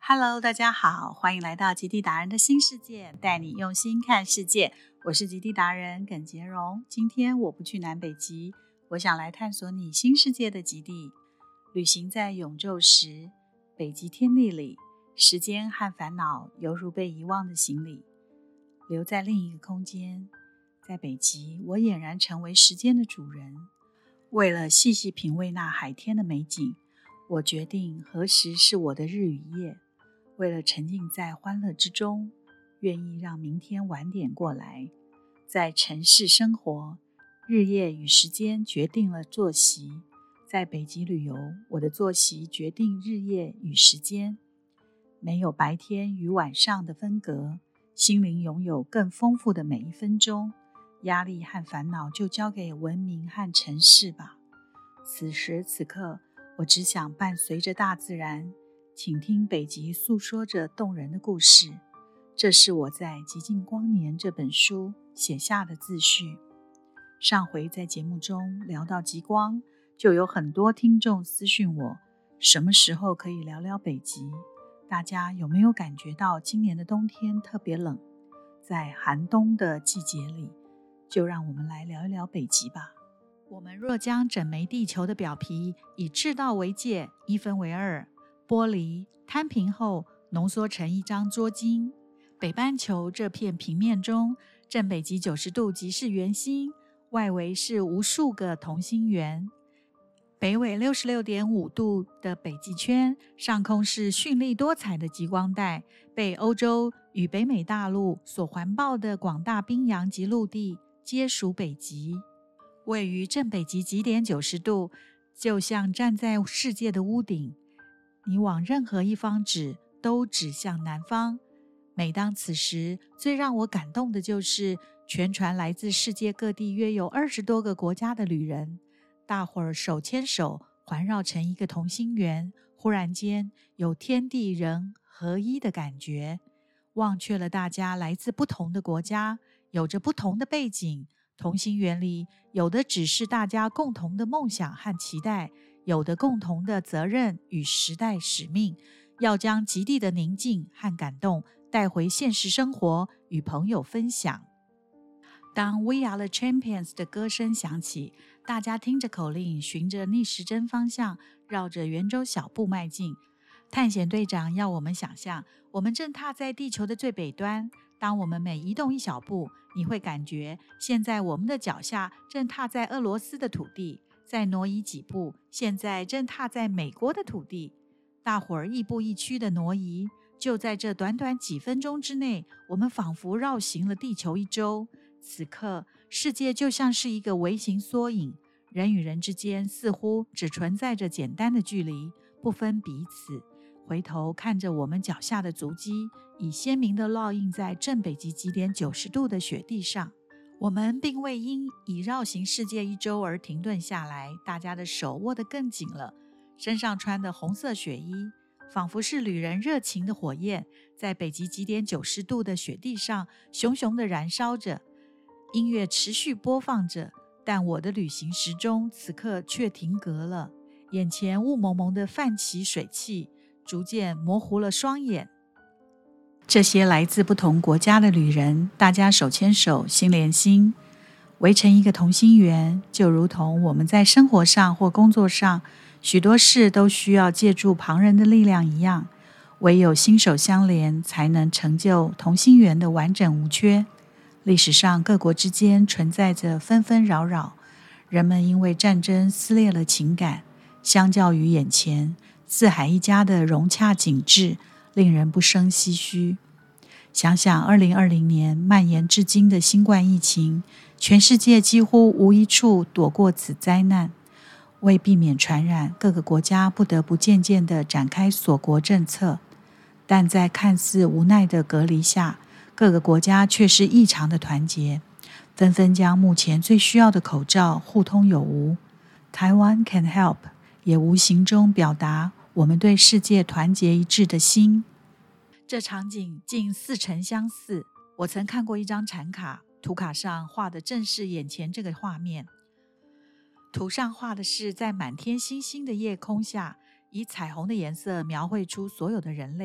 Hello， 大家好，欢迎来到极地达人的新世界，带你用心看世界。我是极地达人耿洁蓉。今天我不去南北极，我想来探索你新世界的极地。旅行在永昼时，北极天地里，时间和烦恼犹如被遗忘的行李，留在另一个空间。在北极，我俨然成为时间的主人。为了细细品味那海天的美景，我决定何时是我的日与夜。为了沉浸在欢乐之中，愿意让明天晚点过来。在城市生活，日夜与时间决定了作息。在北极旅游，我的作息决定日夜与时间。没有白天与晚上的分隔，心灵拥有更丰富的每一分钟。压力和烦恼就交给文明和城市吧。此时此刻，我只想伴随着大自然，请听北极诉说着动人的故事。这是我在《极尽光年》这本书写下的自序。上回在节目中聊到极光，就有很多听众私讯我，什么时候可以聊聊北极？大家有没有感觉到今年的冬天特别冷？在寒冬的季节里，就让我们来聊一聊北极吧。我们若将整枚地球的表皮以赤道为界，一分为二，剥离摊平后浓缩成一张桌巾。北半球这片平面中，正北极90度即是圆心，外围是无数个同心圆。北纬66.5度的北极圈，上空是绚丽多彩的极光带，被欧洲与北美大陆所环抱的广大冰洋及陆地皆属北极。位于正北极极点90度，就像站在世界的屋顶，你往任何一方指，都指向南方。每当此时，最让我感动的就是全船来自世界各地约有20多个国家的旅人，大伙儿手牵手环绕成一个同心圆，忽然间有天地人合一的感觉。忘却了大家来自不同的国家，有着不同的背景，同心圆里有的只是大家共同的梦想和期待，有的共同的责任与时代使命，要将极地的宁静和感动带回现实生活，与朋友分享。当 We Are the Champions 的歌声响起，大家听着口令，循着逆时针方向，绕着圆周小步迈进。探险队长要我们想象，我们正踏在地球的最北端。当我们每移动一小步，你会感觉现在我们的脚下正踏在俄罗斯的土地，再挪移几步，现在正踏在美国的土地。大伙儿亦步亦趋的挪移，就在这短短几分钟之内，我们仿佛绕行了地球一周。此刻，世界就像是一个微型缩影，人与人之间似乎只存在着简单的距离，不分彼此。回头看着我们脚下的足迹，已鲜明地烙印在正北极极点90度的雪地上。我们并未因已绕行世界一周而停顿下来，大家的手握得更紧了，身上穿的红色雪衣仿佛是旅人热情的火焰，在北极极点90度的雪地上熊熊地燃烧着。音乐持续播放着，但我的旅行时钟此刻却停格了，眼前雾蒙蒙的泛起水汽，逐渐模糊了双眼。这些来自不同国家的旅人，大家手牵手，心连心，围成一个同心圆，就如同我们在生活上或工作上，许多事都需要借助旁人的力量一样，唯有心手相连，才能成就同心圆的完整无缺。历史上各国之间存在着纷纷扰扰，人们因为战争撕裂了情感，相较于眼前四海一家的融洽景致，令人不胜唏嘘。想想2020年蔓延至今的新冠疫情，全世界几乎无一处躲过此灾难。为避免传染，各个国家不得不渐渐地展开锁国政策，但在看似无奈的隔离下，各个国家却是异常的团结，纷纷将目前最需要的口罩互通有无。台湾 can help 也无形中表达我们对世界团结一致的心。这场景近似曾相似，我曾看过一张产卡，图卡上画的正是眼前这个画面。图上画的是在满天星星的夜空下，以彩虹的颜色描绘出所有的人类，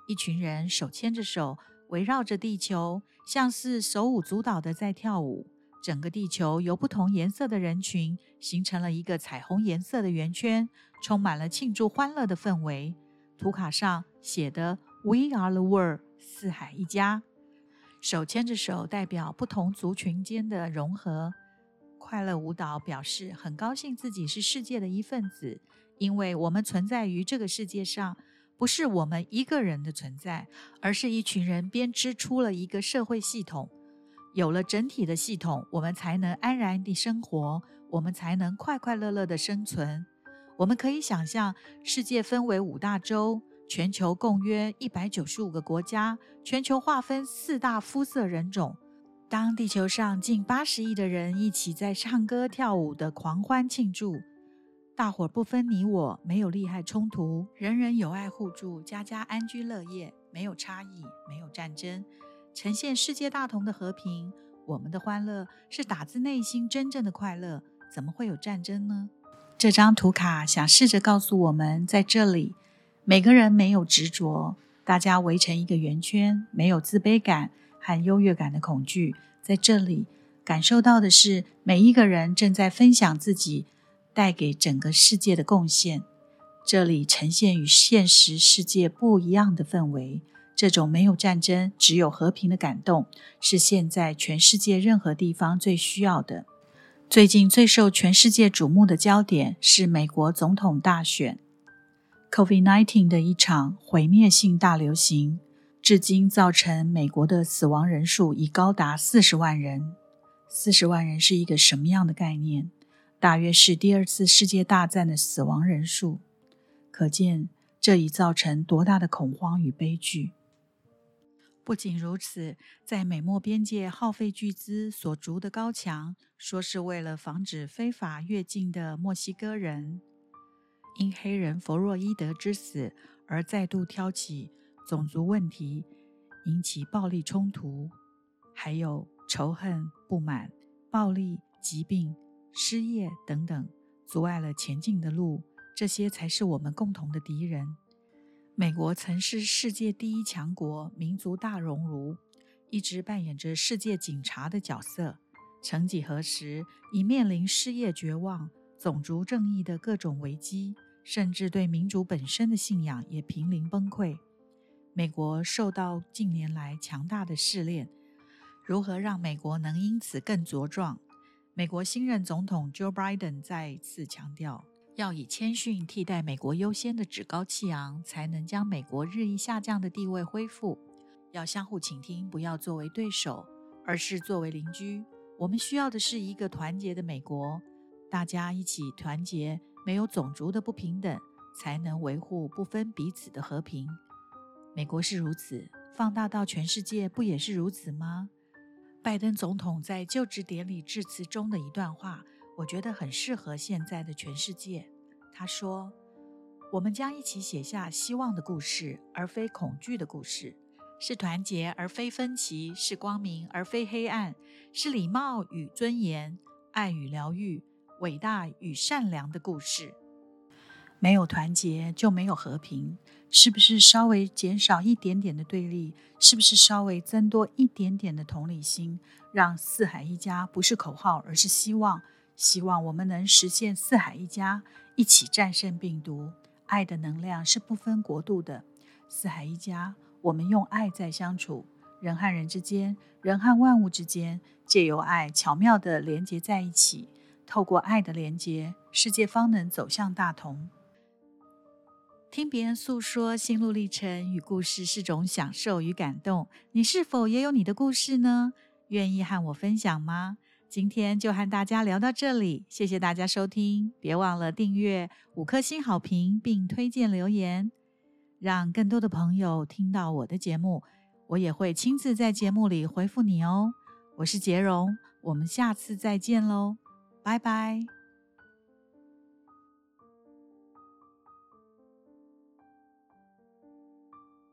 一群人手牵着手，围绕着地球，像是手舞足蹈的在跳舞。整个地球由不同颜色的人群形成了一个彩虹颜色的圆圈，充满了庆祝欢乐的氛围。图卡上写的 We are the world， 四海一家。手牵着手代表不同族群间的融合。快乐舞蹈表示很高兴自己是世界的一份子，因为我们存在于这个世界上，不是我们一个人的存在，而是一群人编织出了一个社会系统。有了整体的系统，我们才能安然地生活，我们才能快快乐乐地生存。我们可以想象，世界分为5大洲，全球共约195个国家，全球划分4大肤色人种。当地球上近80亿的人一起在唱歌跳舞的狂欢庆祝，大伙不分你我，没有利害冲突，人人友爱互助，家家安居乐业，没有差异，没有战争，呈现世界大同的和平。我们的欢乐是打自内心真正的快乐，怎么会有战争呢？这张图卡想试着告诉我们，在这里每个人没有执着，大家围成一个圆圈，没有自卑感和优越感的恐惧。在这里感受到的是每一个人正在分享自己带给整个世界的贡献。这里呈现与现实世界不一样的氛围，这种没有战争，只有和平的感动，是现在全世界任何地方最需要的。最近最受全世界瞩目的焦点是美国总统大选。COVID-19 的一场毁灭性大流行，至今造成美国的死亡人数已高达40万人。40万人是一个什么样的概念？大约是第2次世界大战的死亡人数。可见这已造成多大的恐慌与悲剧。不仅如此，在美墨边界耗费巨资所筑的高墙，说是为了防止非法越境的墨西哥人因黑人弗洛伊德之死而再度挑起种族问题，引起暴力冲突，还有仇恨、不满、暴力、疾病、失业等等，阻碍了前进的路，这些才是我们共同的敌人。美国曾是世界第1强国，民族大熔炉，一直扮演着世界警察的角色。曾几何时，已面临失业绝望、种族正义的各种危机，甚至对民主本身的信仰也濒临崩溃。美国受到近年来强大的试炼，如何让美国能因此更茁壮？美国新任总统 Joe Biden 再次强调，要以谦逊替代美国优先的趾高气扬，才能将美国日益下降的地位恢复。要相互倾听，不要作为对手，而是作为邻居。我们需要的是一个团结的美国，大家一起团结，没有种族的不平等，才能维护不分彼此的和平。美国是如此，放大到全世界不也是如此吗？拜登总统在就职典礼致辞中的一段话，我觉得很适合现在的全世界。他说，我们将一起写下希望的故事，而非恐惧的故事，是团结而非分歧，是光明而非黑暗，是礼貌与尊严，爱与疗愈，伟大与善良的故事。没有团结就没有和平，是不是稍微减少一点点的对立？是不是稍微增多一点点的同理心？让四海一家不是口号，而是希望。希望我们能实现四海一家，一起战胜病毒。爱的能量是不分国度的。四海一家，我们用爱在相处，人和人之间，人和万物之间，借由爱巧妙地连结在一起。透过爱的连结，世界方能走向大同。听别人诉说心路历程与故事是种享受与感动，你是否也有你的故事呢？愿意和我分享吗？今天就和大家聊到这里，谢谢大家收听，别忘了订阅、5颗星好评并推荐留言，让更多的朋友听到我的节目，我也会亲自在节目里回复你哦。我是杰荣，我们下次再见喽，拜拜。